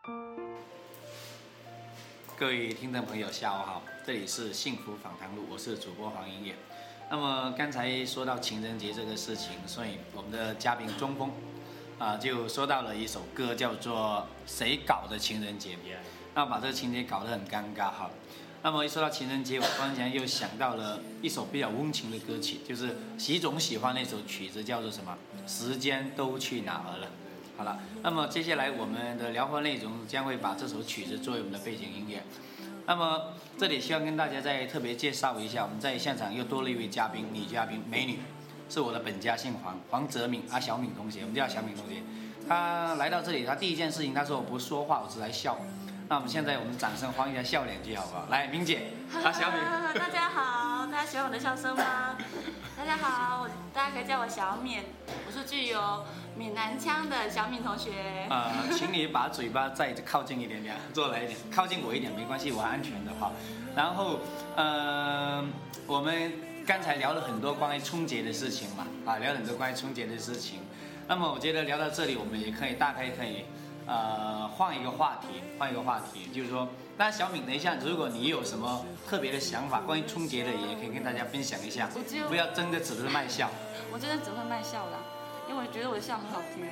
各位听众朋友，下午好，这里是幸福访谈录，我是主播黄英业。那么刚才说到情人节这个事情，所以我们的嘉宾中锋就说到了一首歌，叫做《谁搞的情人节》，那把这个情人节搞得很尴尬哈。那么一说到情人节，我突然间又想到了一首比较温情的歌曲，就是习总喜欢那首曲子，叫做什么？时间都去哪儿了？好了，那么接下来我们的聊话内容将会把这首曲子作为我们的背景音乐。那么这里希望跟大家再特别介绍一下，我们在现场又多了一位嘉宾，女嘉宾，美女，是我的本家姓黄泽敏小敏同学，我们叫小敏同学。她来到这里，她第一件事情，她说我不说话，我只来笑。那我们现在我们掌声欢迎一下笑脸句好不好？来，敏姐，小敏。 大家好，大家喜欢我的笑声吗？大家好，大家可以叫我小敏，我是具有闽南腔的小敏同学。 请你把嘴巴再靠近一点点，坐来一点，靠近我一点没关系，我安全的哈。然后，我们刚才聊了很多关于春节的事情嘛，聊了很多关于春节的事情。那么我觉得聊到这里，我们也可以大概可以。换一个话题，就是说，那小敏，等一下，如果你有什么特别的想法，关于春节的，也可以跟大家分享一下，不要真的只是卖笑。 我真的只会卖笑的，因为我觉得我的笑很好听。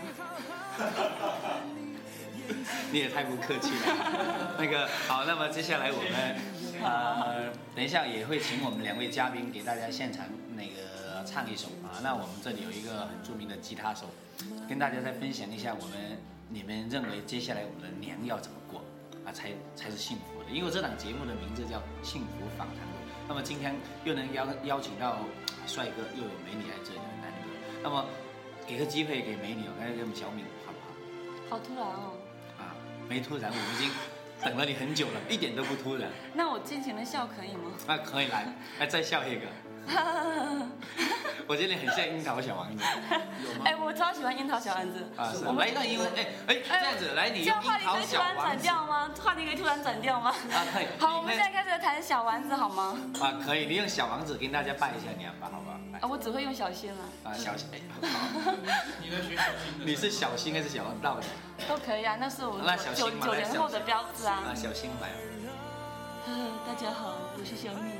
你也太不客气了。那个好，那么接下来我们等一下也会请我们两位嘉宾给大家现场那个唱一首那我们这里有一个很著名的吉他手，跟大家再分享一下你们认为接下来我们的年要怎么过才是幸福的？因为这档节目的名字叫幸福访谈录。那么今天又能邀请到帅哥又有美女来这里，难得。那么给个机会给美女，来给我们小敏好不好？ 好突然哦。 没突然，我们已经等了你很久了，一点都不突然。 那我尽情的笑可以吗？ 可以，来再笑一个。我觉得你很像樱桃小丸子，有吗？ 我超喜欢樱桃小丸子。 来一段英文，这样子，来你用樱桃小丸子。 话题可以突然转掉吗？ 可以。 好，我们现在开始谈小丸子好吗？ 可以，你用小王子跟大家拜一下年吧，好不好？ 我只会用小新了。 小新，你在学小新的？你是小新还是小王道的？ 都可以啊，那是我们90后的标志啊。 小新来。 大家好，我是小敏。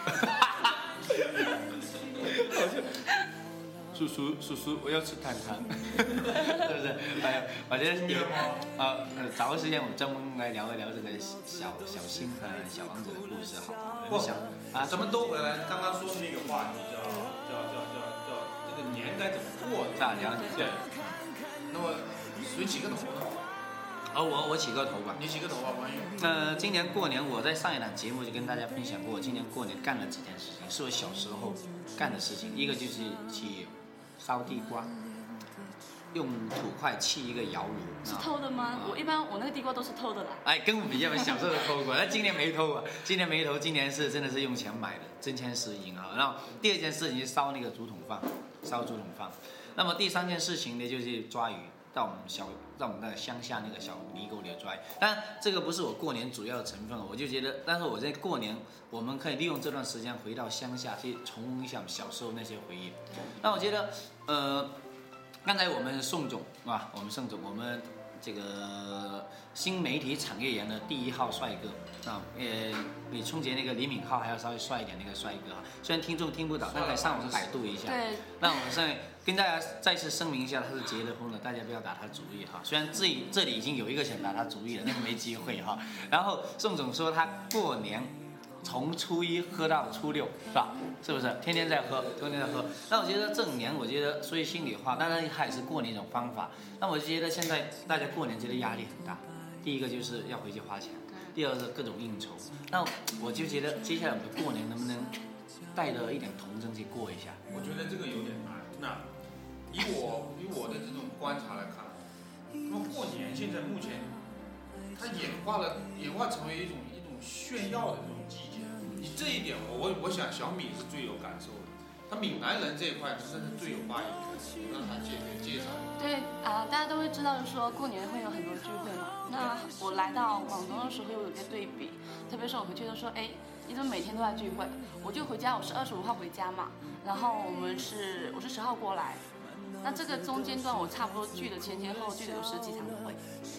叔叔，我要吃坦坦，是不是？我觉得你找个时间我们专门来聊一聊这个小新和小王子的故事，好。 咱们都回来，刚刚说的那个话题叫这个年该怎么过？对。那么谁起个头呢？ 我起个头吧。 你起个头吧，关于。 今年过年我在上一档节目就跟大家分享过，我今年过年干了几件事情，是我小时候干的事情。一个就是去烧地瓜，用土块砌一个窑炉。 是偷的吗？我那个地瓜都是偷的啦。 跟我比较，小时候偷过，但今年没偷啊。今年是真的是用钱买的，真钱实银啊。然后第二件事情是烧那个竹筒饭，那么第三件事情呢就是抓鱼。到我们那个乡下那个小泥沟里抓，当然这个不是我过年主要的成分，我就觉得，但是我在过年我们可以利用这段时间回到乡下去重温一下小时候那些回忆。那我觉得，刚才我们宋总我们这个新媒体产业园的第1号帅哥比春节那个李敏镐还要稍微帅一点那个帅哥虽然听众听不到，但可以上网百度一下。 对。 那我们现在跟大家再次声明一下，他是结了婚了，大家不要打他主意哈。虽然这里已经有一个想打他主意了，那个没机会哈。然后宋总说他过年从初一喝到初六，是吧？是不是？天天在喝。那我觉得这5年，我觉得说句心里话，当然他也是过年一种方法。那我就觉得现在大家过年觉得压力很大，第一个就是要回去花钱，第二个是各种应酬。那我就觉得接下来我们过年能不能带着一点童真去过一下？ 我觉得这个有点难。那以我的这种观察来看，那么过年现在目前它演化成为一种炫耀的这种季节。你这一点我想小米是最有感受的。他闽南人这一块真是最有发言权，让他介绍。 对大家都会知道，就是说过年会有很多聚会嘛。那我来到广东的时候，有一个对比，特别是我回去都说，你怎么每天都在聚会？我就回家，我是25号回家嘛，然后我是10号过来，那这个中间段我差不多聚了前后聚了有10几场会，每个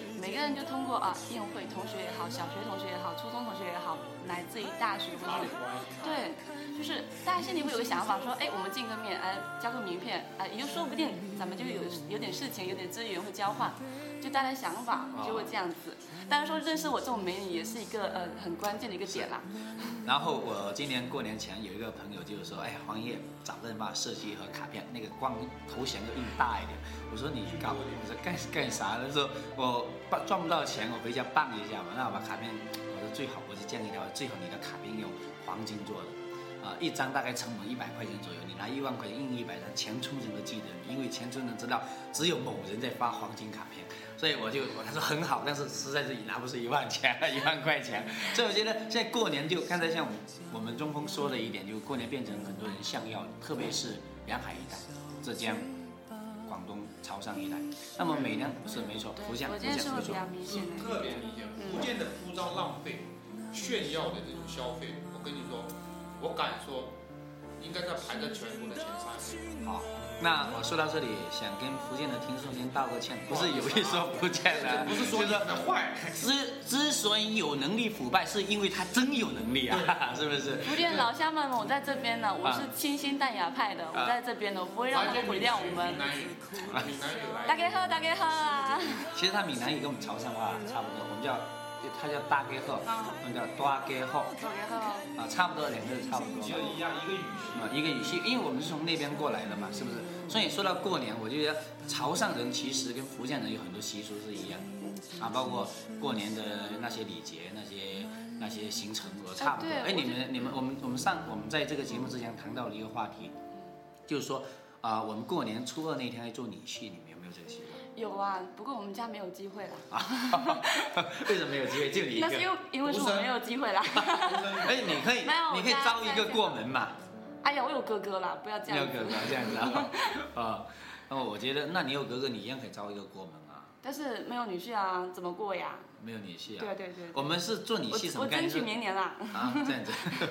人就通过宴会，同学也好，小学同学也好，初中同学也好，乃至于大学或者对，就是大家心里会有个想法说，哎，我们见个面，交个名片，也就说不定咱们就有点事情，有点资源会交换，就大家的想法就会这样子。当然说认识我这种美女也是一个很关键的一个点啦。 然后我今年过年前有一个朋友就是说，哎，黄爷找个人帮我设计一盒卡片，那个光头衔要印大一点。我说你去搞，我说干啥？他说我赚不到钱，我回家办一下嘛。那我把卡片，我说最好我是建议他，最好你的卡片用黄金做的。一张大概成本100块钱左右，你拿1万块钱印100张，全村人都记得你，因为全村人知道只有某人在发黄金卡片，所以他说很好，但是实在是拿不出1万钱，1万块钱，所以我觉得现在过年就刚才像我们中锋说的一点，就过年变成很多人想要的，特别是沿海一带，浙江、广东、潮汕一带。那么美呢是没错，福建是比较明显的， 特别明显。福建的铺张浪费、炫耀的这种消费，我跟你说。我敢说，应该在排在全国的前3。 好，那我说到这里，想跟福建的听众先道个歉，不是有意说福建的， 不是说你的坏， 之所以有能力腐败，是因为他真有能力啊，是不是？ 福建老乡们，我在这边呢，我是清新淡雅派的，我在这边呢，我不会让他们毁掉我们。 闽南语来。 大家好，大家好啊！ 其实他闽南语跟我们潮汕话差不多，我们叫。它叫大街后，我们叫大街后，差不多2个字差不多。 就一样一个语系一个语系，因为我们是从那边过来的嘛，是不是？所以说到过年，我就觉得潮汕人其实跟福建人有很多习俗是一样的包括过年的那些礼节、那些行程，我差不多。我们在这个节目之前谈到了一个话题，就是说我们过年初2那天要做女婿，你们有没有这个习惯？ 有啊，不过我们家没有机会啦。 为什么没有机会？就你一个。 那是因为说我没有机会啦。 你可以招一个过门嘛。 哎呀，我有哥哥啦，不要这样子。 有哥哥这样子那么我觉得，那你有哥哥，你一样可以招一个过门啊。 但是没有女婿啊，怎么过呀？ 没有女婿啊。 对。 我们是做女婿什么概念？ 我争取明年啦。 这样子。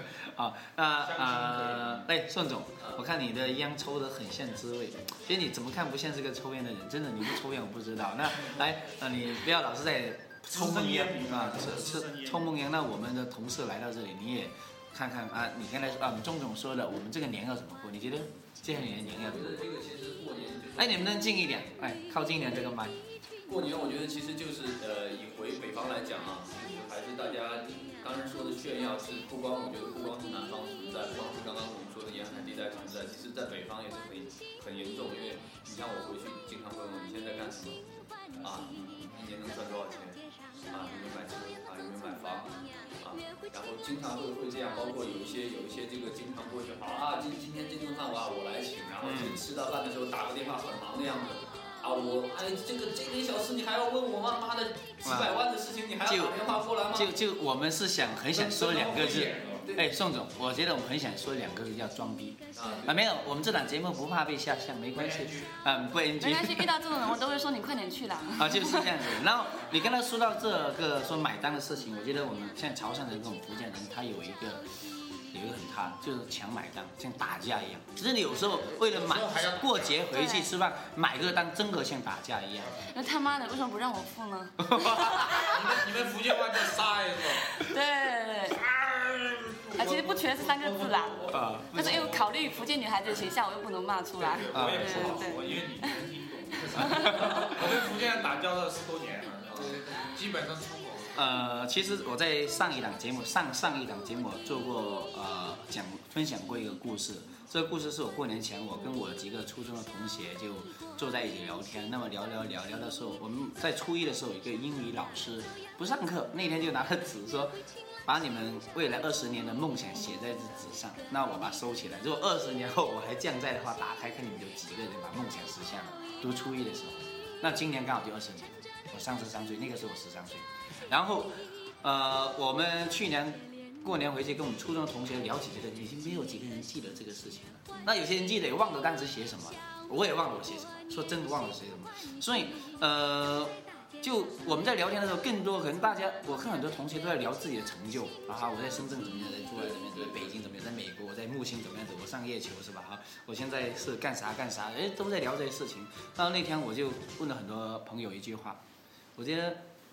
宋总，我看你的烟抽得很像滋味，其实你怎么看不像是个抽烟的人？真的，你不抽烟我不知道。那来，你不要老是在抽闷烟抽闷烟。那我们的同事来到这里，你也看看你刚才钟总说的，我们这个年要怎么过？你觉得这样年要怎么过？ 这个其实过年你能不能近一点？靠近一点这个麦。 过年我觉得其实就是以回北方来讲还是大家刚才说的炫耀是我觉得不光是南方存在，不光是刚刚我们说的沿海地带存在，其实在北方也是很严重。因为你像我回去经常问我你现在干什么你一年能赚多少钱有没有买车有没有买房然后经常会这样，包括有一些这个经常会说今天这顿饭我来请，然后吃到饭的时候打个电话很忙的样子。这个1小时你还要问我妈的几百万的事情，你还要打电话过来吗？ 就我们是很想说2个字。宋总，我觉得我们很想说2个字叫装逼没有，我们这档节目不怕被下线，没关系不 NG。 没关系，遇到这种人我都会说你快点去啦。 就是这样子。然后你刚才说到这个说买单的事情，我觉得我们现在潮汕人跟我们福建人，他有一个很大，就是抢买单，像打架一样。只是你有时候为了过节回去吃饭，买个单，真的像打架一样。 那他妈的，为什么不让我付呢？ 你们福建话叫杀一个。 对。其实不全是3个字啦。但是因为考虑福建女孩子的形象，我又不能骂出来。 我也不好，因为你能听懂。我跟福建人打交道10多年了，基本上出口。 其实我在上一档节目做过分享过一个故事。这个故事是我过年前我跟我几个初中的同学就坐在一起聊天，那么聊的时候，我们在初1的时候有一个英语老师不上课，那天就拿着纸说，把你们未来20年的梦想写在这纸上，那我把它收起来。如果20年后我还健在的话，打开看你们有几个人把梦想实现了。读初1的时候，那今年刚好就20年，我33岁，那个时候我13岁。然后我们去年过年回去跟我们初中的同学聊起这个，已经没有几个人记得这个事情了。那有些人记得也忘了当时写什么，我也忘了我写什么，说真的忘了写什么。所以就我们在聊天的时候，更多可能我看很多同学都在聊自己的成就我在深圳怎么样，在珠海怎么样，在北京怎么样，在美国，我在木星怎么样子，我上月球是吧我现在是干啥，都在聊这些事情。然后那天我就问了很多朋友一句话，我觉得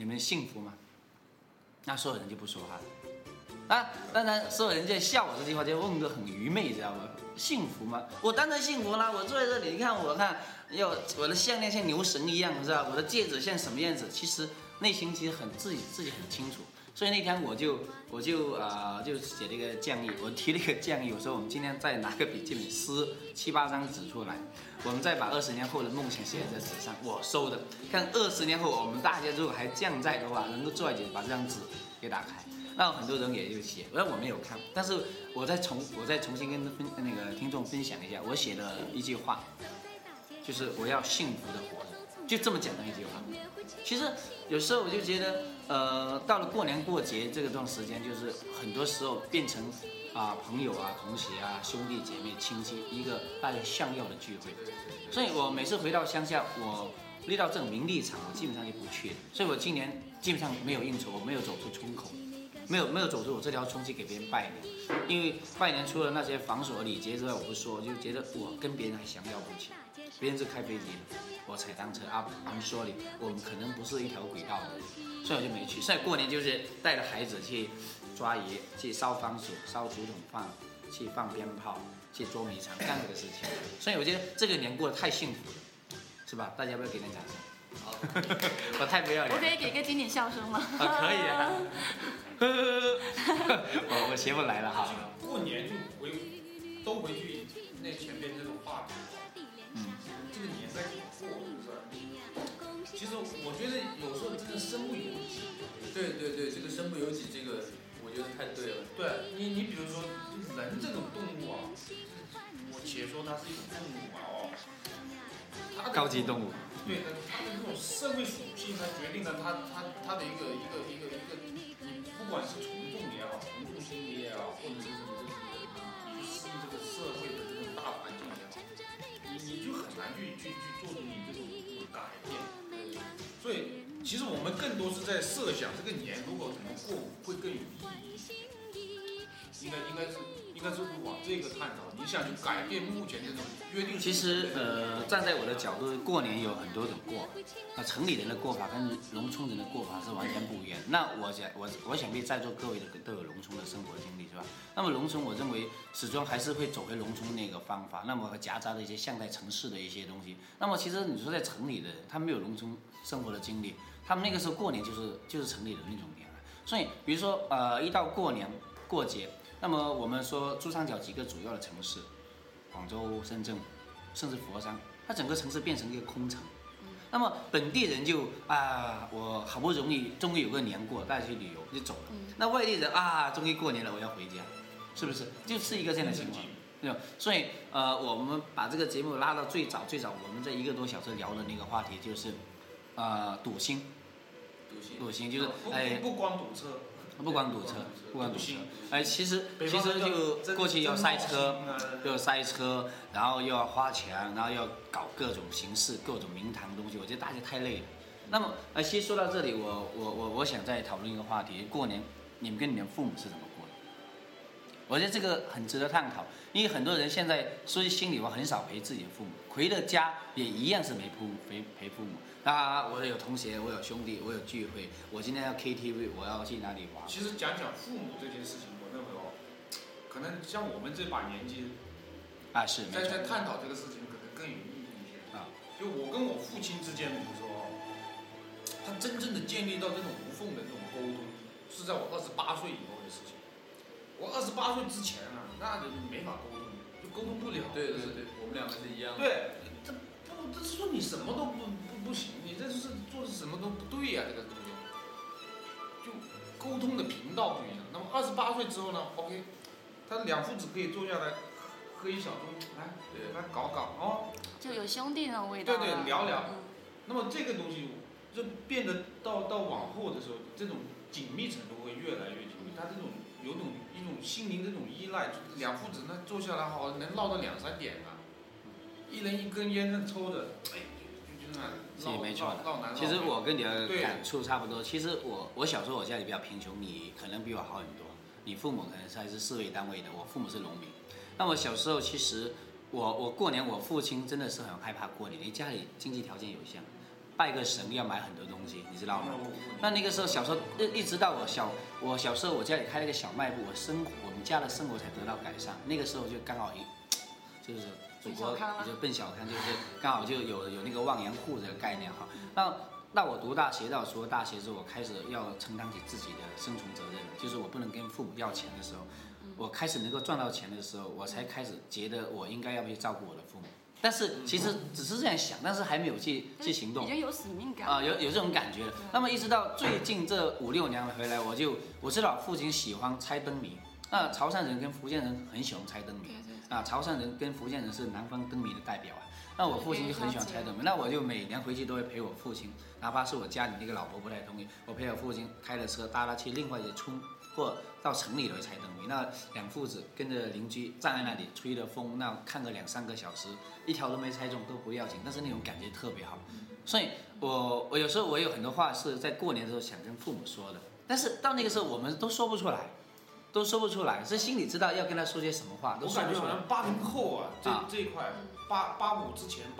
你们幸福吗？那所有人就不说话了。当然，所有人在笑我这句话，就问得很愚昧，知道吗？幸福吗？我当然幸福啦！我坐在这里，你看我我的项链像牛绳一样，知道我的戒指像什么样子？其实内心其实自己很清楚。所以那天我就写了一个建议，我提了一个建议，我说我们今天再拿个笔记本撕7、8张纸出来，我们再把20年后的梦想写在纸上，我收的。看20年后我们大家如果还健在的话，能够坐在一起把这张纸给打开。那很多人也有写，我没有看，但是我再重新跟那个听众分享一下，我写了一句话，就是我要幸福的活着，就这么简单一句话。其实有时候我就觉得，到了过年过节这段时间，就是很多时候变成朋友啊、同学啊、兄弟姐妹、亲戚一个大家相要的聚会。所以我每次回到乡下，我遇到这种名利场，我基本上就不去了。所以我今年基本上没有应酬，我没有走出村口，没有走出我这条村去给别人拜年。因为拜年除了那些繁琐礼节之外，我不说，我就觉得我跟别人还相要不起。别人是开飞机的，我踩单车啊，I'm sorry，我们可能不是一条轨道的人，所以我就没去。所以过年就是带着孩子去抓鱼，去烧番薯、烧竹筒饭，去放鞭炮，去捉迷藏，干这个事情。所以我觉得这个年过得太幸福了，是吧？大家要不要给点掌声？好，我太不要脸。 我可以给个经典笑声吗？ 可以啊。我学不来了哈。 过年就都回去那前边这种话题。这个年该怎么过这个事儿，其实我觉得有时候真的身不由己。 对，这个身不由己，这个我觉得太对了。 对你比如说人这种动物啊，我且说它是一种动物啊高级动物。 对，它的这种社会属性，它决定了它的一个，你不管是从众也好，从众心理也好，或者是你去适应这个社会的这种大环境也好，你就很难去做出你这种改变。所以其实我们更多是在设想这个年如果怎么过会更有意义一些，应该是往这个探讨。你想去改变目前这种约定。 其实站在我的角度，过年有很多种过，城里人的过法跟农村人的过法是完全不一样。那我想必在座各位都有农村的生活经历，是吧？那么农村，我认为始终还是会走回农村那个方法，那么夹杂的一些像在城市的一些东西。那么其实你说在城里的人，他没有农村生活的经历，他们那个时候过年就是城里的那种年。所以比如说一到过年过节，那么我们说珠三角几个主要的城市，广州、深圳，甚至佛山，它整个城市变成一个空城。那么本地人就我好不容易终于有个年过，大家去旅游就走了。那外地人终于过年了，我要回家，是不是？就是一个这样的情况。所以我们把这个节目拉到最早，我们这1个多小时聊的那个话题就是赌星就是不光堵车。 不光堵车，其实就过去要塞车，然后又要花钱，然后要搞各种形式、各种名堂的东西，我觉得大家太累了。那么其实说到这里，我想再讨论一个话题：过年你们跟你们父母是怎么过的？我觉得这个很值得探讨，因为很多人现在说句心里话，很少陪自己的父母，回了家也一样是陪父母。我有同学，我有兄弟，我有聚会，我今天要 KTV， 我要去哪里玩？ 其实讲父母这件事情，我认为可能像我们这把年纪是在探讨这个事情，可能更有意义一些。就我跟我父亲之间，比如说他真正的建立到这种无缝的这种沟通，是在我28岁以后的事情。我28岁之前那就没法沟通，就沟通不了。 对，我们两个是一样的。 对，这是说你什么都不行，你这是做什么都不对呀，这个东西，就沟通的频道不一样。那么28岁之后呢 ，OK， 他2父子可以坐下来喝一小盅，来搞就有兄弟那种味道。 对，聊聊。那么这个东西就变得到往后的时候，这种紧密程度会越来越紧密。他这种有一种心灵这种依赖，2父子那坐下来好能唠到2、3点一人1根烟那抽着，就是没错的。其实我跟你的感触差不多。其实我小时候我家里比较贫穷，你可能比我好很多。你父母可能还是事业单位的，我父母是农民。那我小时候其实我过年，我父亲真的是很害怕过年，因为家里经济条件有限， 拜个神要买很多东西，你知道吗？那个时候小时候一直到我小时候我家里开了一个小卖部，我们家的生活才得到改善。那个时候就刚好就是祖国就奔小康，就是刚好就有那个望洋户这个概念哈。那我读大学到除了大学之后，我开始要承担起自己的生存责任，就是我不能跟父母要钱的时候，我开始能够赚到钱的时候，我才开始觉得我应该要去照顾我的父母。但是其实只是这样想，但是还没有去行动。 已经有使命感有这种感觉了。那么一直到最近这5、6年回来，我知道父亲喜欢猜灯谜。那潮汕人跟福建人很喜欢猜灯谜。潮汕人跟福建人是南方灯谜的代表啊。那我父亲就很喜欢猜灯谜，那我就每年回去都会陪我父亲，哪怕是我家里那个老婆不太同意，我陪我父亲开了车搭他去另外一个村或到城里头猜灯谜。那两父子跟着邻居站在那里吹着风，那看个2、3个小时，一条都没猜中都不要紧，但是那种感觉特别好。所以我有时候我有很多话是在过年的时候想跟父母说的，但是到那个时候我们都说不出来，是心里知道要跟他说些什么话，都说不出来。 我感觉好像80后啊，这一块85之前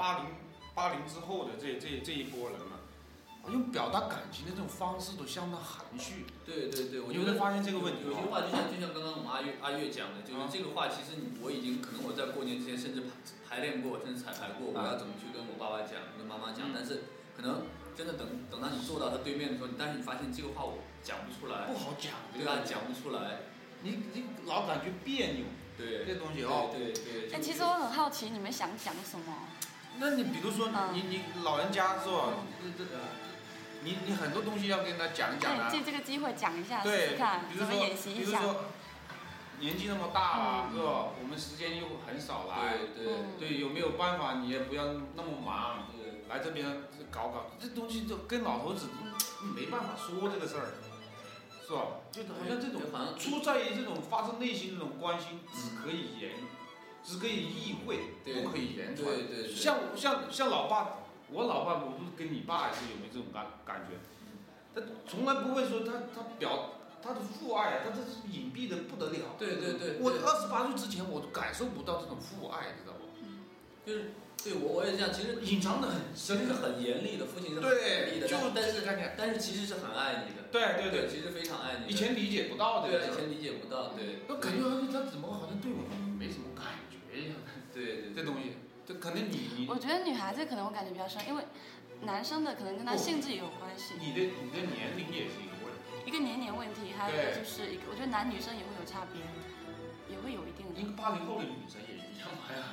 80之后的这一波人啊，用表达感情的这种方式都相当含蓄。 对，我有没有发现这个问题？ 有些话就像刚刚我们阿月讲的，就是这个话，其实我已经可能我在过年之前甚至排练过，甚至彩排过，我要怎么去跟我爸爸讲，跟妈妈讲，但是可能真的等到你坐到他对面的时候，但是你发现这个话我讲不出来， 不好讲， 对吧？讲不出来， 你老感觉别扭。 对， 这东西哦。 对。 其实我很好奇，你们想讲什么？ 那你比如说你老人家是吧？你很多东西要跟他讲讲啊。 借这个机会讲一下， 对， 试试看，怎么演习一下。 比如说年纪那么大了，是吧？我们时间又很少来。对，有没有办法？你也不要那么忙，来这边搞这东西，就跟老头子没办法说这个事儿。是吧？就好像这种出在于这种发自内心这种关心，只可以意会，不可以言传。 对。 像老爸，我老爸，我不是跟你爸是有没有这种感觉？他从来不会说他表他的父爱，他这是隐蔽的不得了。 对。 我28岁之前，我感受不到这种父爱，知道不？ 就是对我也这样，其实隐藏的很深， 其实是很严厉的，父亲是很严厉的，但是其实是很爱你的。 对， 其实非常爱你。 以前理解不到的。 对，以前理解不到，对。 我感觉他怎么好像对我没什么感觉一样。 对， 这东西，这可能你。 我觉得女孩子可能会感觉比较深，因为男生的可能跟他性质也有关系。 你的年龄也是一个问题。 一个年龄问题，还有一个就是我觉得男女生也会有差别，也会有一定的。 因为80后的女生也一样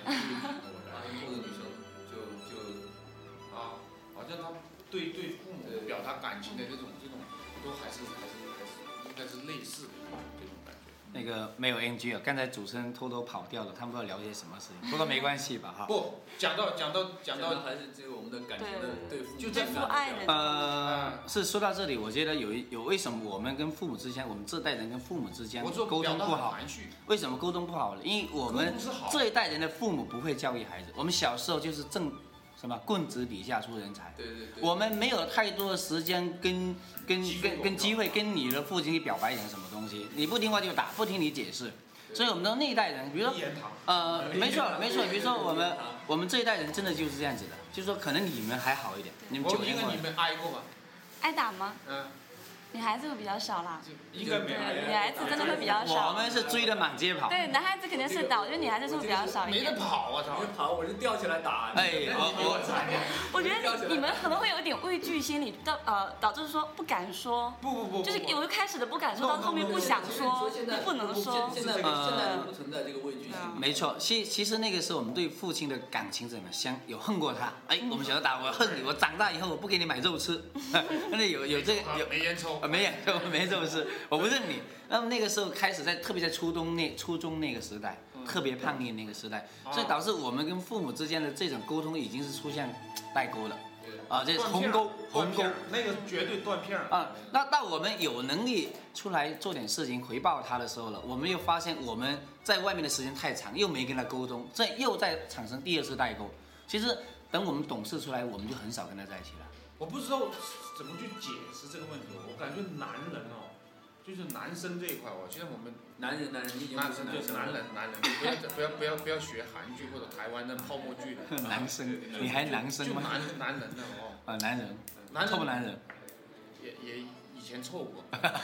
80后的女生就好像他对父母表达感情的这种都还是应该是类似的这种感觉。 那个没有 NG 啊，刚才主持人偷跑掉了，他们不知道聊些什么事情，不过没关系吧哈。 不，讲到还是这个我们的感情的对父母， 就父爱的。 是说到这里，我觉得有为什么我们跟父母之间，我们这代人跟父母之间沟通不好？为什么沟通不好呢？因为我们这一代人的父母不会教育孩子，我们小时候就是棍子底下出人才。 对。 我们没有太多的时间跟机会跟你的父亲去表白点什么东西，你不听话就打，不听你解释。所以我们的那一代人，比如说没错，比如说我们这一代人真的就是这样子的，就是说可能你们还好一点，你们90年后。 你们挨过吗？ 挨打吗？女孩子会比较少啦， 应该没有。 女孩子真的会比较少。 我们是追着满街跑。 对，男孩子肯定是打，我觉得女孩子是会比较少一点。 没得跑啊！操！ 跑我就吊起来打。 我觉得你们可能会有一点畏惧心理，导致说不敢说。 不。 就是有一开始的不敢说，到后面不想说，不能说。 现在不存在这个畏惧心。 没错，其实那个时候我们对父亲的感情怎么有恨过他。我们小时候打我恨你，我长大以后我不给你买肉吃。那有这个没烟抽。 没这回事，我不认你。那么那个时候开始特别在初中那个时代，特别叛逆那个时代，所以导致我们跟父母之间的这种沟通已经是出现代沟了。这是鸿沟， 那个绝对断片啊。那到我们有能力出来做点事情回报他的时候了，我们又发现我们在外面的时间太长，又没跟他沟通，这又在产生第2次代沟。其实等我们懂事出来，我们就很少跟他在一起了。 我不知道怎么去解释这个问题，我感觉男人就是男生这一块现在我们男人， 就是男人，不要学韩剧或者台湾的泡沫剧的。 男生，你还男生吗？ 就男人的男人， 男人臭不男人？ 也以前臭过。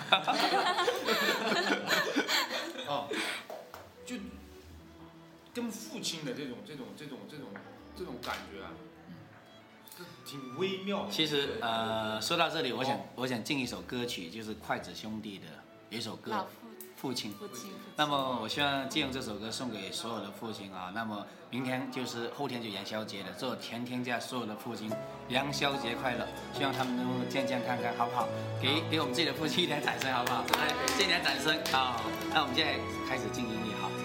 哦，就跟父亲的这种感觉啊，是挺微妙的。 其实说到这里，我想进一首歌曲，就是筷子兄弟的有一首歌《父亲》。那么我希望借用这首歌送给所有的父亲啊。那么明天就是后天就元宵节了，祝全天下所有的父亲元宵节快乐，希望他们能够健健康康，好不好？给我们自己的父亲一点掌声，好不好？来，这点掌声啊！那我们现在开始进音乐哈。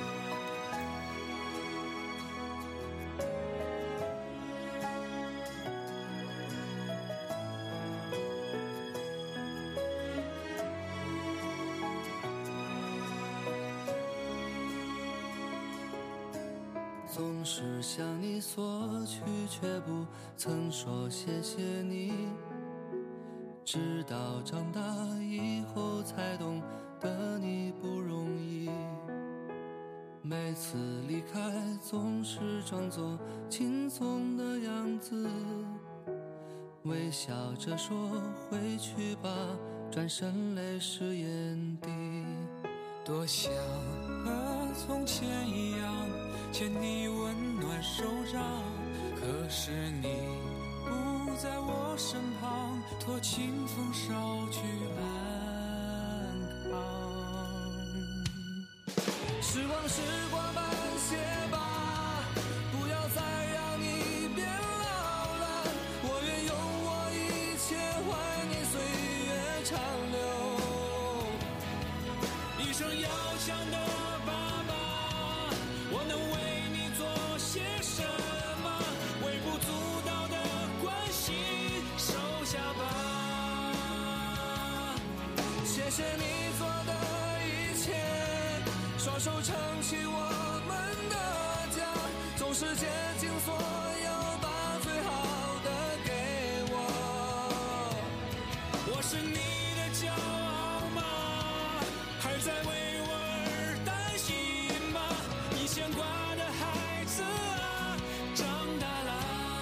总是向你索取，却不曾说谢谢你。直到长大以后才懂得你不容易。每次离开总是装作轻松的样子，微笑着说回去吧，转身泪湿眼底。 多想和从前一样牵你温暖手掌，可是你不在我身旁，托清风捎去安康。 时光慢些吧，不要再让你变老了，我愿用我一切换你岁月长流。 一声要强的爸爸，我能为你做些什么？微不足道的关心收下吧。 谢谢你做的一切，双手撑起我们的家，总是竭尽所有把最好的给我。 我是你的骄傲吗？还在为我而担心吗？你牵挂的孩子啊，长大了。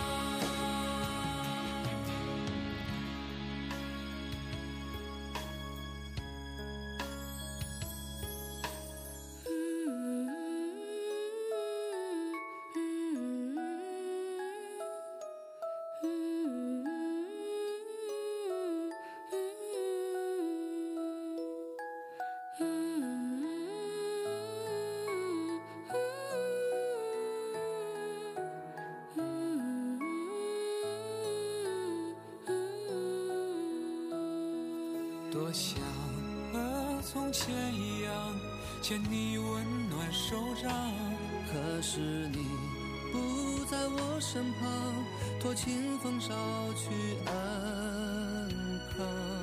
多想和从前一样牵你温暖手掌， 可是你不在我身旁，托清风捎去安康。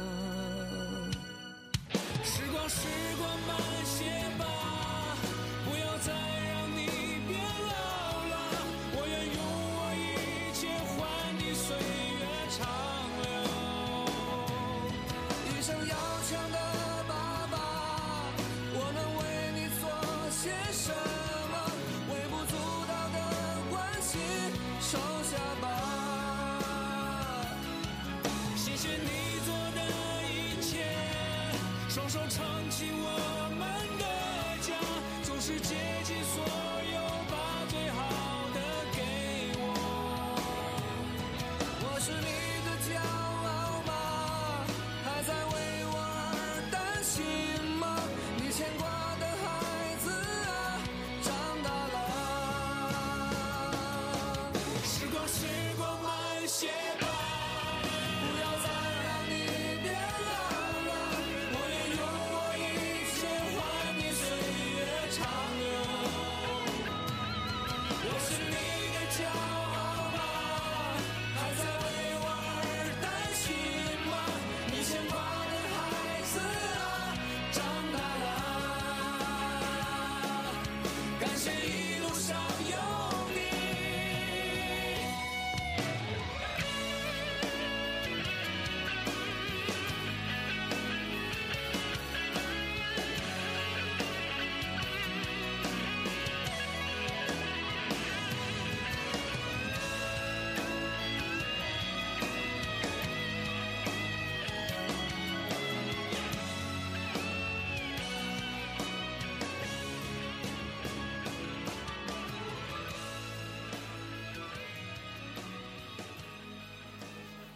时光慢些吧，不要再让你变老了，我愿用我一切换你岁月长流。 一声要强的爸爸，我能为你做些什么？微不足道的关心收下吧。 谢谢你做的一切，双手撑起我们的家，总是竭尽所有把最好的给我。 我是你的骄傲吗？还在为我而担心吗？你牵挂的孩子啊，长大了。 时光慢些吧， 不要再让你变老了，我愿用我一切换你岁月长流。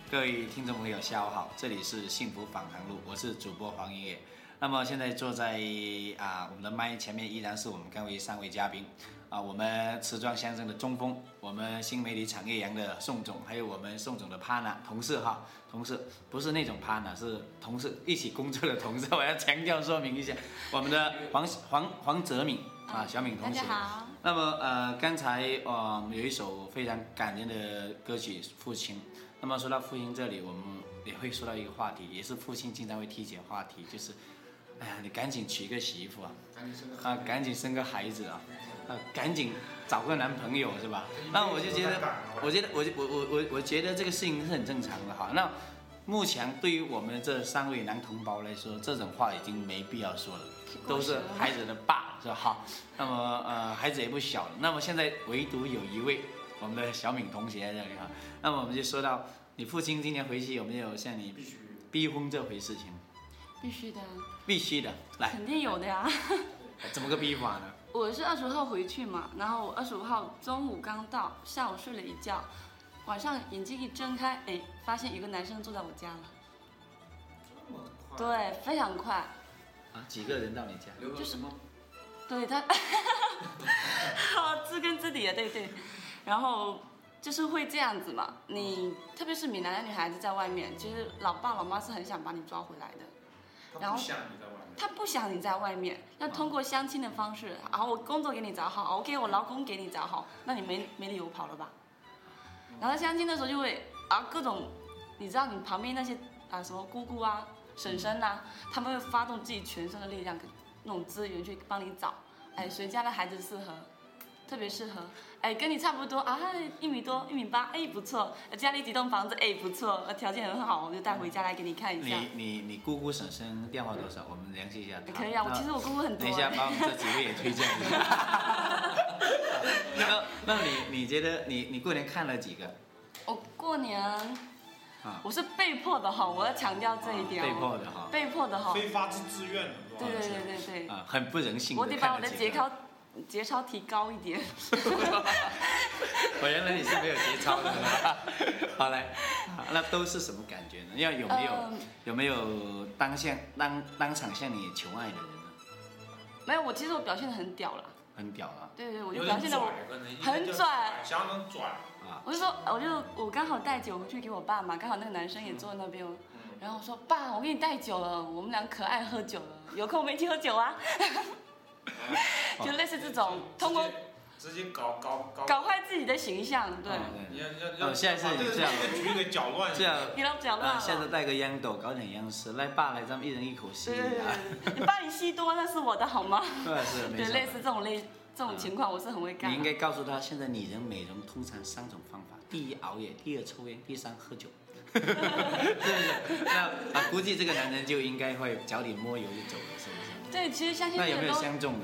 各位听众朋友，下午好，这里是幸福访谈录，我是主播黄爷爷。那么现在坐在我们的麦前面依然是我们3位嘉宾我们瓷砖先生的中锋，我们新媒体产业园的宋总，还有我们宋总的 partner 同事同事不是那种 partner， 是同事一起工作的同事，我要强调说明一下，我们的黄泽敏小敏同学。 大家好。 那么刚才有一首非常感人的歌曲《父亲》。那么说到父亲这里，我们也会说到一个话题，也是父亲经常会提起的话题，就是哎呀，你赶紧娶个媳妇赶紧生个孩子赶紧找个男朋友是吧？那我就觉得，我觉得这个事情是很正常的哈。那目前对于我们这3位男同胞来说，这种话已经没必要说了，都是孩子的爸是吧？好，那么孩子也不小了。那么现在唯独有一位我们的小敏同学在这里哈。那么我们就说到你父亲今年回去有没有向你逼婚这回事情？ 必须的。 必须的，来。 肯定有的呀。 怎么个逼法呢？ 我是25号回去嘛，然后我25号中午刚到，下午睡了一觉，晚上眼睛一睁开，哎，发现有个男生住在我家了。 这么快？ 对，非常快。 几个人到你家？ 就是对他，好知根知底的，对。然后就是会这样子嘛，你特别是闽南的女孩子在外面，其实老爸老妈是很想把你抓回来的。然后他不想你在外面，要通过相亲的方式，然后我工作给你找好 ，OK， 我老公给你找好，那你没理由跑了吧？然后相亲的时候就会各种，你知道你旁边那些什么姑姑婶婶他们会发动自己全身的力量，那种资源去帮你找，谁家的孩子适合，特别适合，跟你差不多1米多1米8，不错，家里几栋房子，不错，条件很好，我就带回家来给你看一下。 你姑姑婶婶电话多少？我们联系一下。 可以其实我姑姑很多。 等一下把我们这几位也推荐一下。那你觉得你过年看了几个？ 我过年。我是被迫的我要强调这一点。被迫的非发自自愿的。 对。 很不人性。 我得把我的节操提高一点。 我原来你是没有节操的。好来，那都是什么感觉呢？有没有当场向你求爱的人呢？ 没有，其实我表现得很屌了。 很屌啊！ 对，我就表现得我很拽， 相当拽。 我就说，我刚好带酒回去给我爸嘛，刚好那个男生也坐那边，然后我说爸，我给你带酒了，我们俩可爱喝酒了，有空我们一起喝酒啊。就类似这种，通过直接搞坏自己的形象，对。 下次你这样， 局给搅乱， 这样， 给他搅乱了。 下次带个烟斗，搞点央视，来爸来，咱们一人一口吸。 你爸你吸多那是我的好吗？ 是，没错。 对，类似这种情况，我是很会干。 你应该告诉他，现在女人美容通常3种方法：第1熬夜，第2抽烟，第3喝酒。是不是？那估计这个男人就应该会脚底摸油就走了，是不是？ 对，其实相信那有没有相中的？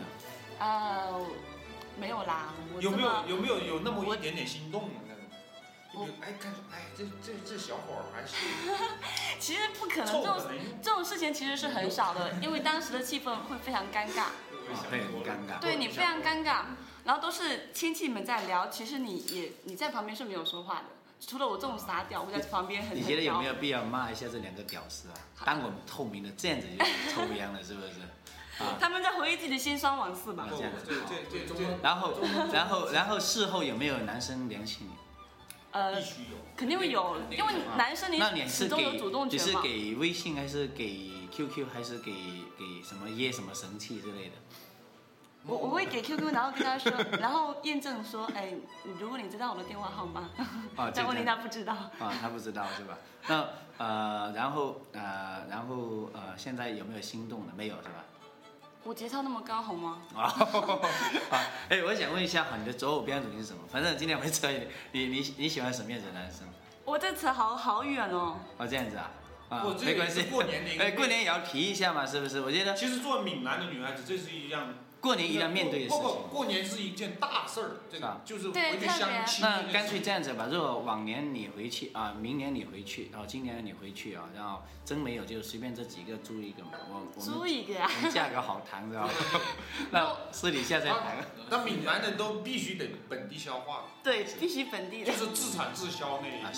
没有啦。 有没有那么一点点心动的那种？这小伙还是。 其实不可能，这种事情其实是很少的，因为当时的气氛会非常尴尬。 会很尴尬。 对你非常尴尬，然后都是亲戚们在聊，其实你在旁边是没有说话的，除了我这种傻屌，我在旁边很。 你觉得有没有必要骂一下这2个屌丝当我们透明的这样子就抽烟了，是不是？ 他们在回忆自己的辛酸往事吧。 这样子。然后事后有没有男生联系你？ 必须有。 肯定会有，因为男生你始终有主动权嘛。 你是给微信还是给 QQ 还是给什么什么神器之类的？ 我会给 QQ， 然后跟他说，然后验证说，如果你知道我的电话号码，但问题他不知道。 他不知道是吧？那然后现在有没有心动的？没有是吧？ 我节操那么高好吗？ 我想问一下，你的择偶标准是什么？反正今天会扯一点，你喜欢什么样子的男生？ 我这扯好远哦。 这样子没关系。过年也要提一下嘛，是不是？我觉得其实作为闽南的女孩子，这是一样。 过年一定要面对的事情。 过年是一件大事儿，这个就是回去相亲。 那干脆这样子吧，如果往年你回去明年你回去，然后今年你回去然后真没有就随便这几个租一个嘛， 租一个我们价格好谈，知道吧？那私底下再谈。 那闽南人都必须得本地消化。 对，必须本地的。 就是自产自销那一种。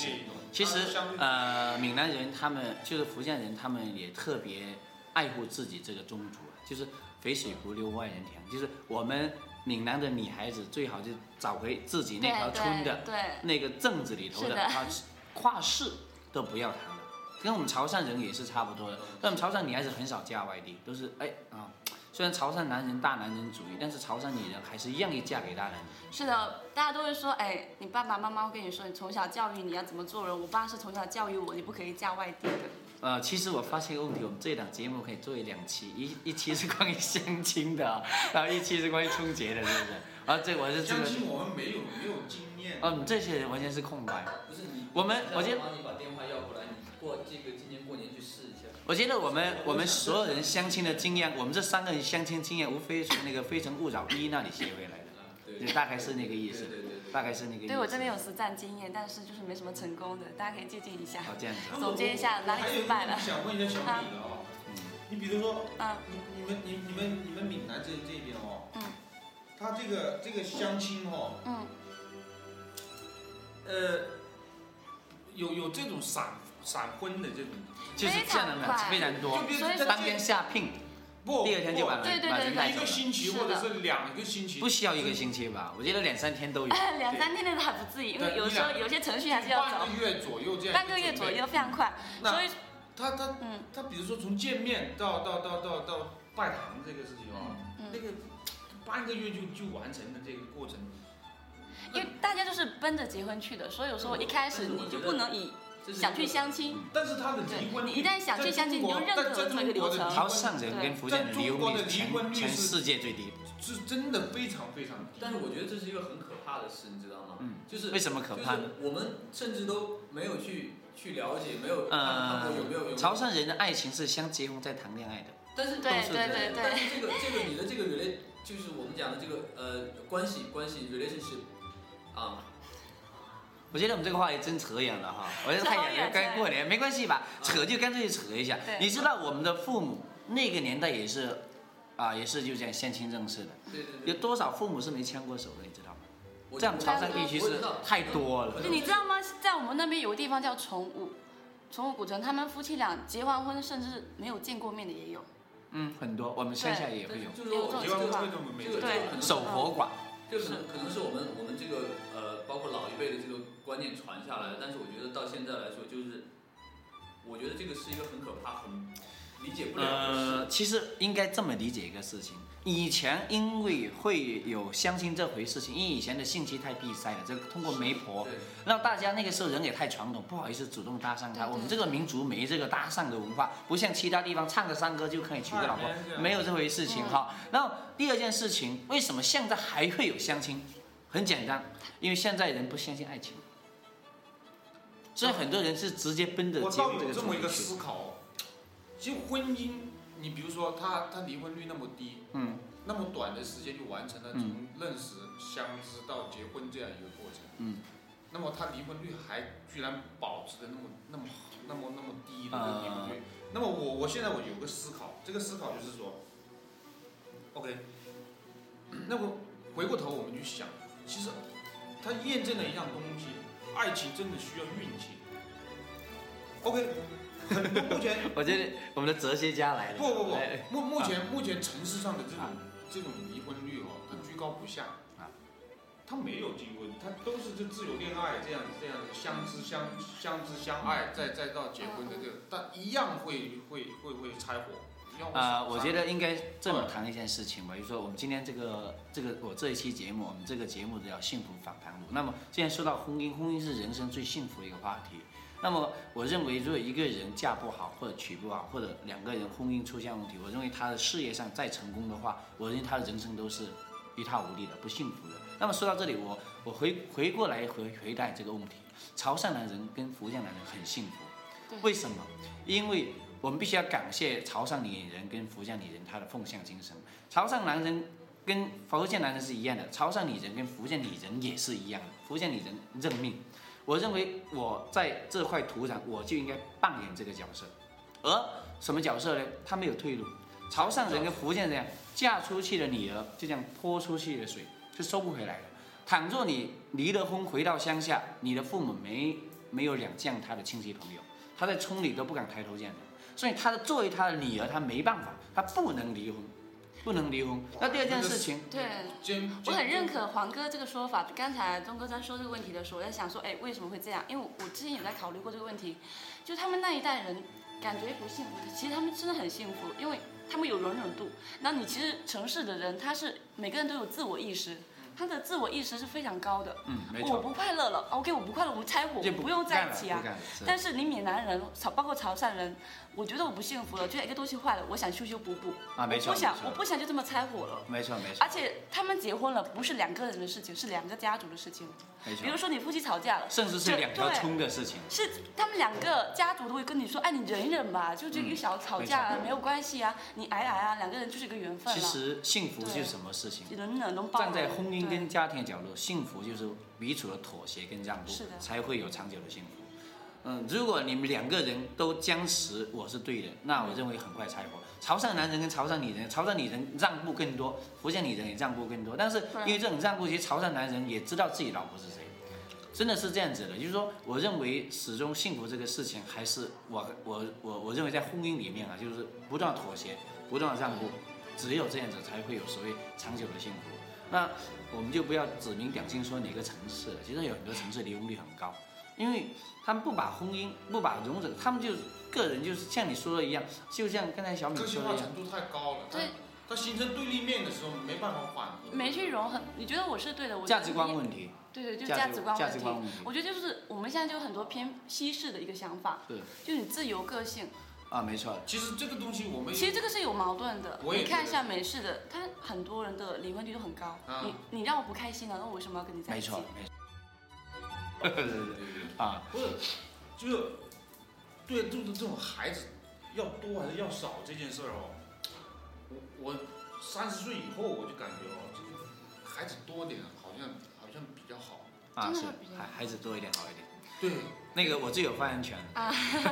其实闽南人他们就是福建人，他们也特别爱护自己这个宗族，就是肥水不流外人田，就是我们闽南的女孩子最好就找回自己那条村的那个镇子里头的啊，跨市都不要谈了。跟我们潮汕人也是差不多的，但我们潮汕女孩子很少嫁外地，都是虽然潮汕男人大男人主义，但是潮汕女人还是愿意嫁给大男人。 是的，大家都会说，你爸爸妈妈会跟你说，你从小教育你要怎么做人。我爸是从小教育我，你不可以嫁外地的。 其实我发现一个问题，我们这一档节目可以做为2期，一期是关于相亲的，然后1期是关于春节的，是不是？我是相亲我们没有经验。 你这些人完全是空白。 不是你， 我觉得帮你把电话要过来，你今年过年去试一下。 我觉得我们所有人相亲的经验，我们这3个人相亲经验，无非是那个《非诚勿扰1》那里学回来的，就大概是那个意思。大概是那个意思。 对，我这边有实战经验，但是就是没什么成功的，大家可以借鉴一下。 这样子。 总结一下哪里失败了。 想问一下小米的你比如说，你们闽南这边他这个相亲有这种闪婚的这种， 就是这样的非常多，当天下聘。第二天就把人带走了。 1个星期或者是2个星期， 不需要1个星期吧？我觉得2、3天都有。 2、3天的还不至于，因为有时候有些程序还是要走。 半个月左右这样。 半个月左右非常快，所以他比如说从见面到拜堂这个事情那个半个月就完成了这个过程。 因为大家就是奔着结婚去的，所以有时候一开始你就不能以想去相亲， 但是他的离婚， 你一旦想去相亲，你就认可这么一个流程。 潮汕人跟福建人离婚率全世界最低， 是真的非常非常低。 但是我觉得这是一个很可怕的事，你知道吗？就是为什么可怕呢？ 我们甚至都没有去了解，没有看过有没有。 潮汕人的爱情是先结婚再谈恋爱的。 但是对， 但是这个你的这个 relate 就是我们讲的这个关系 relationship 我觉得我们这个话题真扯远了哈，我觉得太远了，该过年没关系吧，扯就干脆扯一下。你知道我们的父母那个年代也是就这样相亲认识的，有多少父母是没牵过手的，你知道吗？这样潮汕地区是太多了。 你知道吗？在我们那边有个地方叫崇武古城，他们夫妻俩结完婚甚至没有见过面的也有。 很多，我们乡下也会有。 就是说结完婚都没有。 对， 守活寡。 这可能是我们这个包括老一辈的这个观念传下来的，但是我觉得到现在来说，就是我觉得这个是一个很可怕、很理解不了的事。 其实应该这么理解一个事情，以前因为会有相亲这回事情，因为以前的信息太闭塞了，这个通过媒婆，让大家那个时候人也太传统，不好意思主动搭讪他。我们这个民族没这个搭讪的文化，不像其他地方唱个山歌就可以娶个老婆，没有这回事情哈。然后第二件事情，为什么现在还会有相亲？很简单，因为现在人不相信爱情，所以很多人是直接奔着结婚这个。 我倒有这么一个思考，其实婚姻，你比如说他离婚率那么低，那么短的时间就完成了从认识、相知到结婚这样一个过程，那么他离婚率还居然保持的那么低的离婚率，那么我现在有个思考，这个思考就是说 ，OK， 那么回过头我们去想，其实它验证了一样东西，爱情真的需要运气。OK， 很多目前我觉得我们的哲学家来了。 不，目前城市上的这种离婚率它居高不下他没有结婚，他都是自由恋爱这样相知相爱，再到结婚的这个，但一样会拆伙。 我觉得应该这么谈一件事情吧，就是说我们今天这个我这一期节目，我们这个节目叫幸福访谈录。那么既然说到婚姻是人生最幸福的一个话题。那么我认为，如果一个人嫁不好，或者娶不好，或者2个人婚姻出现问题，我认为他的事业上再成功的话，我认为他的人生都是一塌糊涂的，不幸福的。那么说到这里，我回过来回答这个问题，潮汕男人跟福建男人很幸福，为什么？因为我们必须要感谢潮汕女人跟福建女人她的奉献精神。潮汕男人跟福建男人是一样的，潮汕女人跟福建女人也是一样的，福建女人认命。我认为我在这块土壤，我就应该扮演这个角色，而什么角色呢？他没有退路。潮汕人跟福建人嫁出去的女儿，就像泼出去的水，是收不回来的。倘若你离了婚回到乡下，你的父母没有见他的亲戚朋友，他在村里都不敢抬头见人，所以作为他的女儿，他没办法，他不能离婚。那第二件事情， 对，我很认可黄哥这个说法。刚才东哥在说这个问题的时候，我在想说，哎，为什么会这样？因为我之前也在考虑过这个问题，就他们那一代人感觉不幸福，其实他们真的很幸福，因为他们有容忍度。那你其实城市的人，他是每个人都有自我意识。他的自我意识是非常高的， 没错。 我不快乐了 ，OK， 我不快乐，我们拆伙，不用在一起啊。但是你闽南人，包括潮汕人，我觉得我不幸福了，觉得一个东西坏了，我想修补啊， 没错。 我不想就这么拆伙了， 没错。 而且他们结婚了，不是2个人的事情，是2个家族的事情。 没错。 比如说你夫妻吵架了， 甚至是2条村的事情。 是他们2个家族都会跟你说，哎，你忍一忍吧，就这一个小吵架没有关系啊，你挨啊，2个人就是一个缘分了。 其实幸福是什么事情？ 能站在婚姻跟家庭角度。幸福就是彼此的妥协跟让步，才会有长久的幸福。如果你们2个人都僵持，我是对的，那我认为很快拆伙。潮汕男人跟潮汕女人，潮汕女人让步更多，福建女人也让步更多。但是因为这种让步，其实潮汕男人也知道自己老婆是谁，真的是这样子的。就是说，我认为始终幸福这个事情，还是我认为在婚姻里面啊，就是不断妥协，不断让步，只有这样子才会有所谓长久的幸福。那我们就不要指名点姓说哪个城市了，其实有很多城市离婚率很高，因为他们不把婚姻、不把容忍，他们就个人就是像你说的一样，就像刚才小敏说的一样， 个性化程度太高了。 对， 它形成对立面的时候没办法缓和。 没去融合，你觉得我是对的？ 价值观问题。 对，就是价值观问题。 我觉得就是我们现在就有很多偏西式的一个想法，就你自由个性。 啊，没错。 其实这个东西其实这个是有矛盾的。你看一下美式的，他很多人的离婚率都很高。你让我不开心了，那我为什么要跟你在一起？ 没错。啊， 不是，就是对，就是这种孩子要多还是要少这件事儿哦，我30岁以后我就感觉哦，这个孩子多点好像比较好。 啊，是，孩子多一点好一点。 对， 那个我最有发言权，我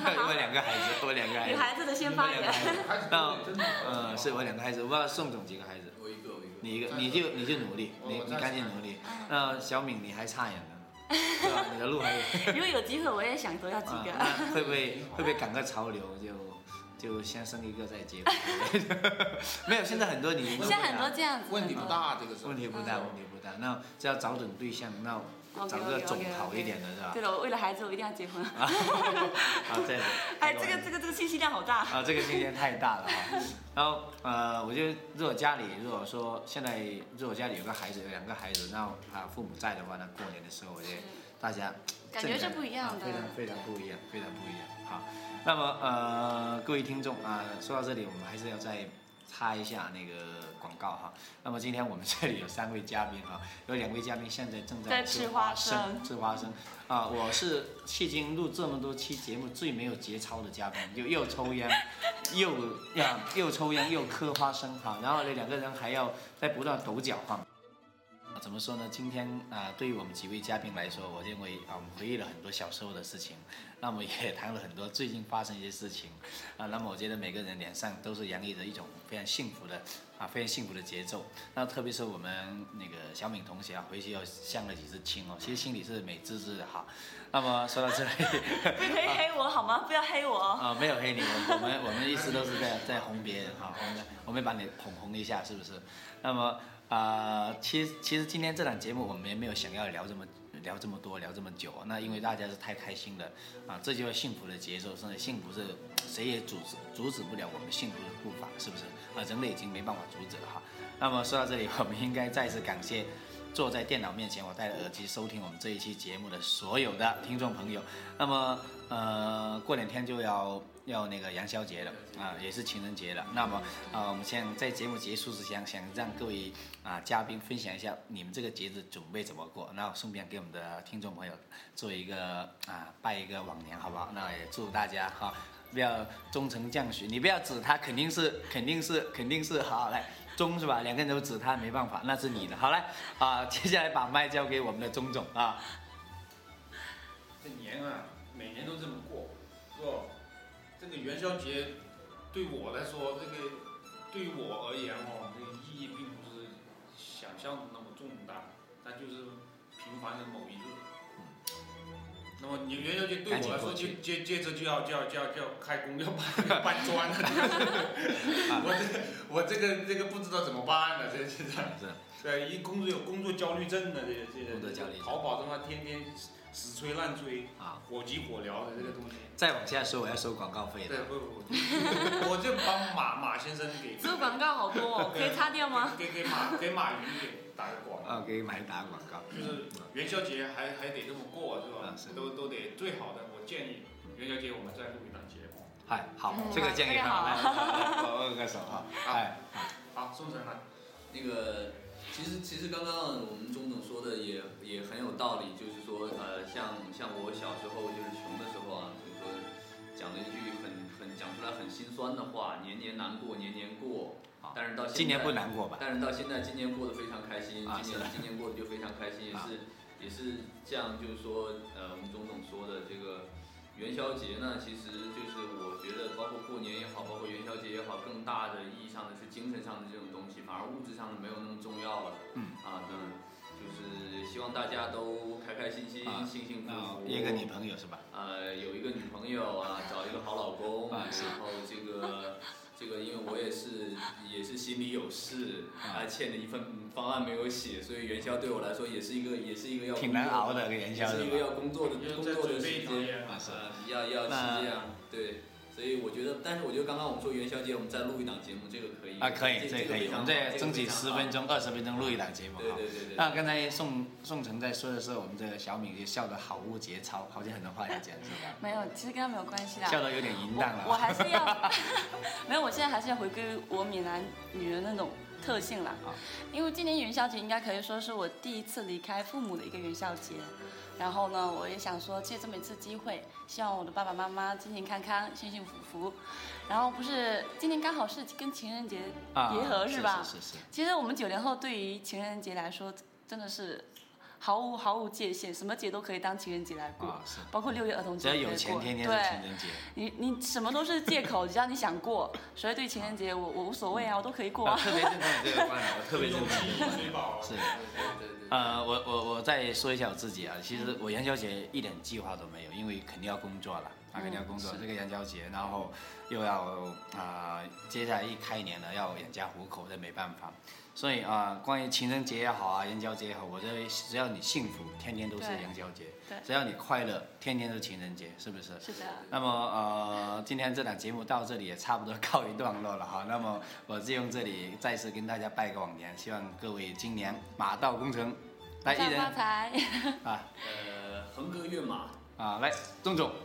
2个孩子， 有孩子的先发言。 是我2个孩子，我不知道宋总几个孩子？ 我一个。 你就努力，你赶紧努力。那小敏你还差远了，对吧？你的路还有。 如果有机会，我也想多要几个。 会不会赶个潮流就先生一个再结婚？没有，现在很多你现在很多这样子。 问题不大，这个是问题不大。那只要找准对象，那找个种好一点的是吧？ 对了，为了孩子我一定要结婚。 对。 哎，这个信息量好大。 这个信息量太大了哈。然后我觉得如果家里有个孩子，有2个孩子，那父母在的话，那过年的时候，我觉得大家感觉是不一样的， 非常不一样。好，那么各位听众说到这里，我们还是要再插一下那个广告哈。那么今天我们这里有3位嘉宾哈，有2位嘉宾现在正在吃花生我是迄今录这么多期节目最没有节操的嘉宾，就又抽烟，又抽烟又嗑花生哈，然后呢2个人还要在不断抖脚哈。怎么说呢？今天对于我们几位嘉宾来说，我认为我们回忆了很多小时候的事情，那么也谈了很多最近发生一些事情那么我觉得每个人脸上都是洋溢着一种非常幸福的节奏。那特别是我们那个小敏同学回去又相了几次亲其实心里是美滋滋的哈。那么说到这里， 不可以黑我好吗？不要黑我没有黑你，我们一直都是在哄别人我们把你捧红一下，是不是？那么其实今天这档节目我们也没有想要聊这么多聊这么久那因为大家是太开心了这就是幸福的节奏，甚至幸福是谁也阻止不了我们幸福的步伐，是不是人类已经没办法阻止了哈。那么说到这里，我们应该再次感谢坐在电脑面前，我戴着耳机收听我们这一期节目的所有的听众朋友。那么过2天就要那个元宵节了也是情人节了。那么我们想在节目结束之前，想让各位嘉宾分享一下你们这个节日准备怎么过，然后顺便给我们的听众朋友做一个拜一个晚年，好不好？那也祝大家不要终成将许，你不要指他，肯定是好来。钟是吧？2个人都指他，没办法，那是你的。好来接下来把麦交给我们的钟总这年每年都这么过，是吧？这个元宵节对我来说，对于我而言这个意义并不是想象的那么重大，它就是平凡的某一日。 那么你元宵节对我来说接着就要开工，要搬砖了。我这个不知道怎么办了，这现在。对，有工作焦虑症的这些。 工作焦虑症。 淘宝他妈天天死吹烂吹啊，火急火燎的这个东西。 再往下说，我要收广告费的。 对，不，我就帮马先生给。 这个广告好多哦，可以擦掉吗？ 给马云给打个广告。 给马云打个广告。 就是元宵节还得这么过是吧？都得最好的，我建议元宵节我们再录一档节目。 好，这个建议很好。来，我握个手哈。 好，宋晨来。 那个。其实刚刚我们钟总说的也很有道理，就是说像我小时候就是穷的时候啊，就是说讲了一句讲出来很心酸的话，年年难过年年过，但是到现在今年不难过吧？ 但是到现在今年过得非常开心，今年过得就非常开心，也是像就是说我们钟总说的这个元宵节呢，其实就是我觉得包括过年也好，包括元宵节也好，更大的意义上的是精神上的这种东西，反而物质上的没有那么重要了。就是希望大家都开开心心、幸幸福福。 一个女朋友是吧？ 有一个女朋友啊，找一个好老公，然后这个，因为我也是心里有事，欠了一份方案没有写，所以元宵对我来说也是一个要挺难熬的元宵， 是一个要工作的时间，要是这样，对。所以我觉得，但是我觉得刚刚我们说元宵节，我们再录一档节目，这个可以。 可以，这可以，我们再争取10分钟、20分钟录一档节目。 对。 那刚才宋晨在说的时候，我们这个小敏就笑得毫无节操，好像很多话要讲，是吧？ 没有，其实跟他没有关系啦。 笑得有点淫荡了。 我还是要，没有，我现在还是要回归我闽南女人那种特性啦。因为今年元宵节应该可以说是我第一次离开父母的一个元宵节。然后呢，我也想说借这么一次机会，希望我的爸爸妈妈健健康康、幸幸福福。然后不是今年刚好是跟情人节结合，是吧？ 是。 其实我们90后对于情人节来说，真的是毫无界限，什么节都可以当情人节来过，包括6月儿童节。 只要有钱，天天是情人节。 你什么都是借口，只要你想过，所以对情人节我无所谓啊，我都可以过啊。 特别认同你这个观点，我特别认同。是。我再说一下我自己啊，其实我元宵节一点计划都没有，因为肯定要工作了，肯定要工作。这个元宵节，然后又要接下来一开年了，要养家糊口，这没办法。所以关于情人节也好元宵节也好，我认为只要你幸福，天天都是元宵节；只要你快乐，天天都是情人节，是不是？ 是的。 那么今天这档节目到这里也差不多告一段落了哈。那么我就用这里再次跟大家拜个晚年，希望各位今年马到功成，来一人发财横戈跃马来钟总。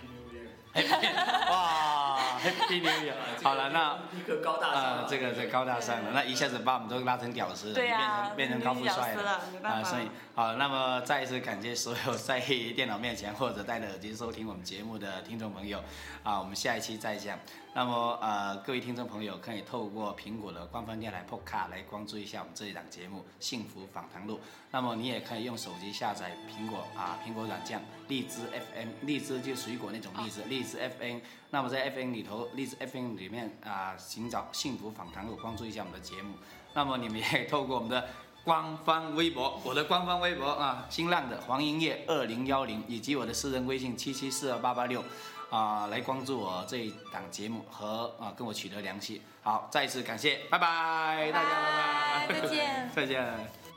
哇 ，Happy New Year！ 好了，那一颗高大上这高大上了，那一下子把我们都拉成屌丝了，变成高富帅了所以好，那么再一次感谢所有在电脑面前或者戴着耳机收听我们节目的听众朋友我们下一期再见。那么各位听众朋友可以透过苹果的官方电台 Podcast 来关注一下我们这一档节目《幸福访谈录》。那么你也可以用手机下载苹果软件荔枝 FM， 荔枝就水果那种荔枝，荔枝 FM。那么在 FM 里头，荔枝 FM 里面寻找《幸福访谈录》，关注一下我们的节目。那么你们也可以透过我们的官方微博，我的官方微博新浪的黄英业2010，以及我的私人微信7742886。来关注我这一档节目和跟我取得联系。好，再一次感谢，拜拜，大家拜拜， 再见， 再见。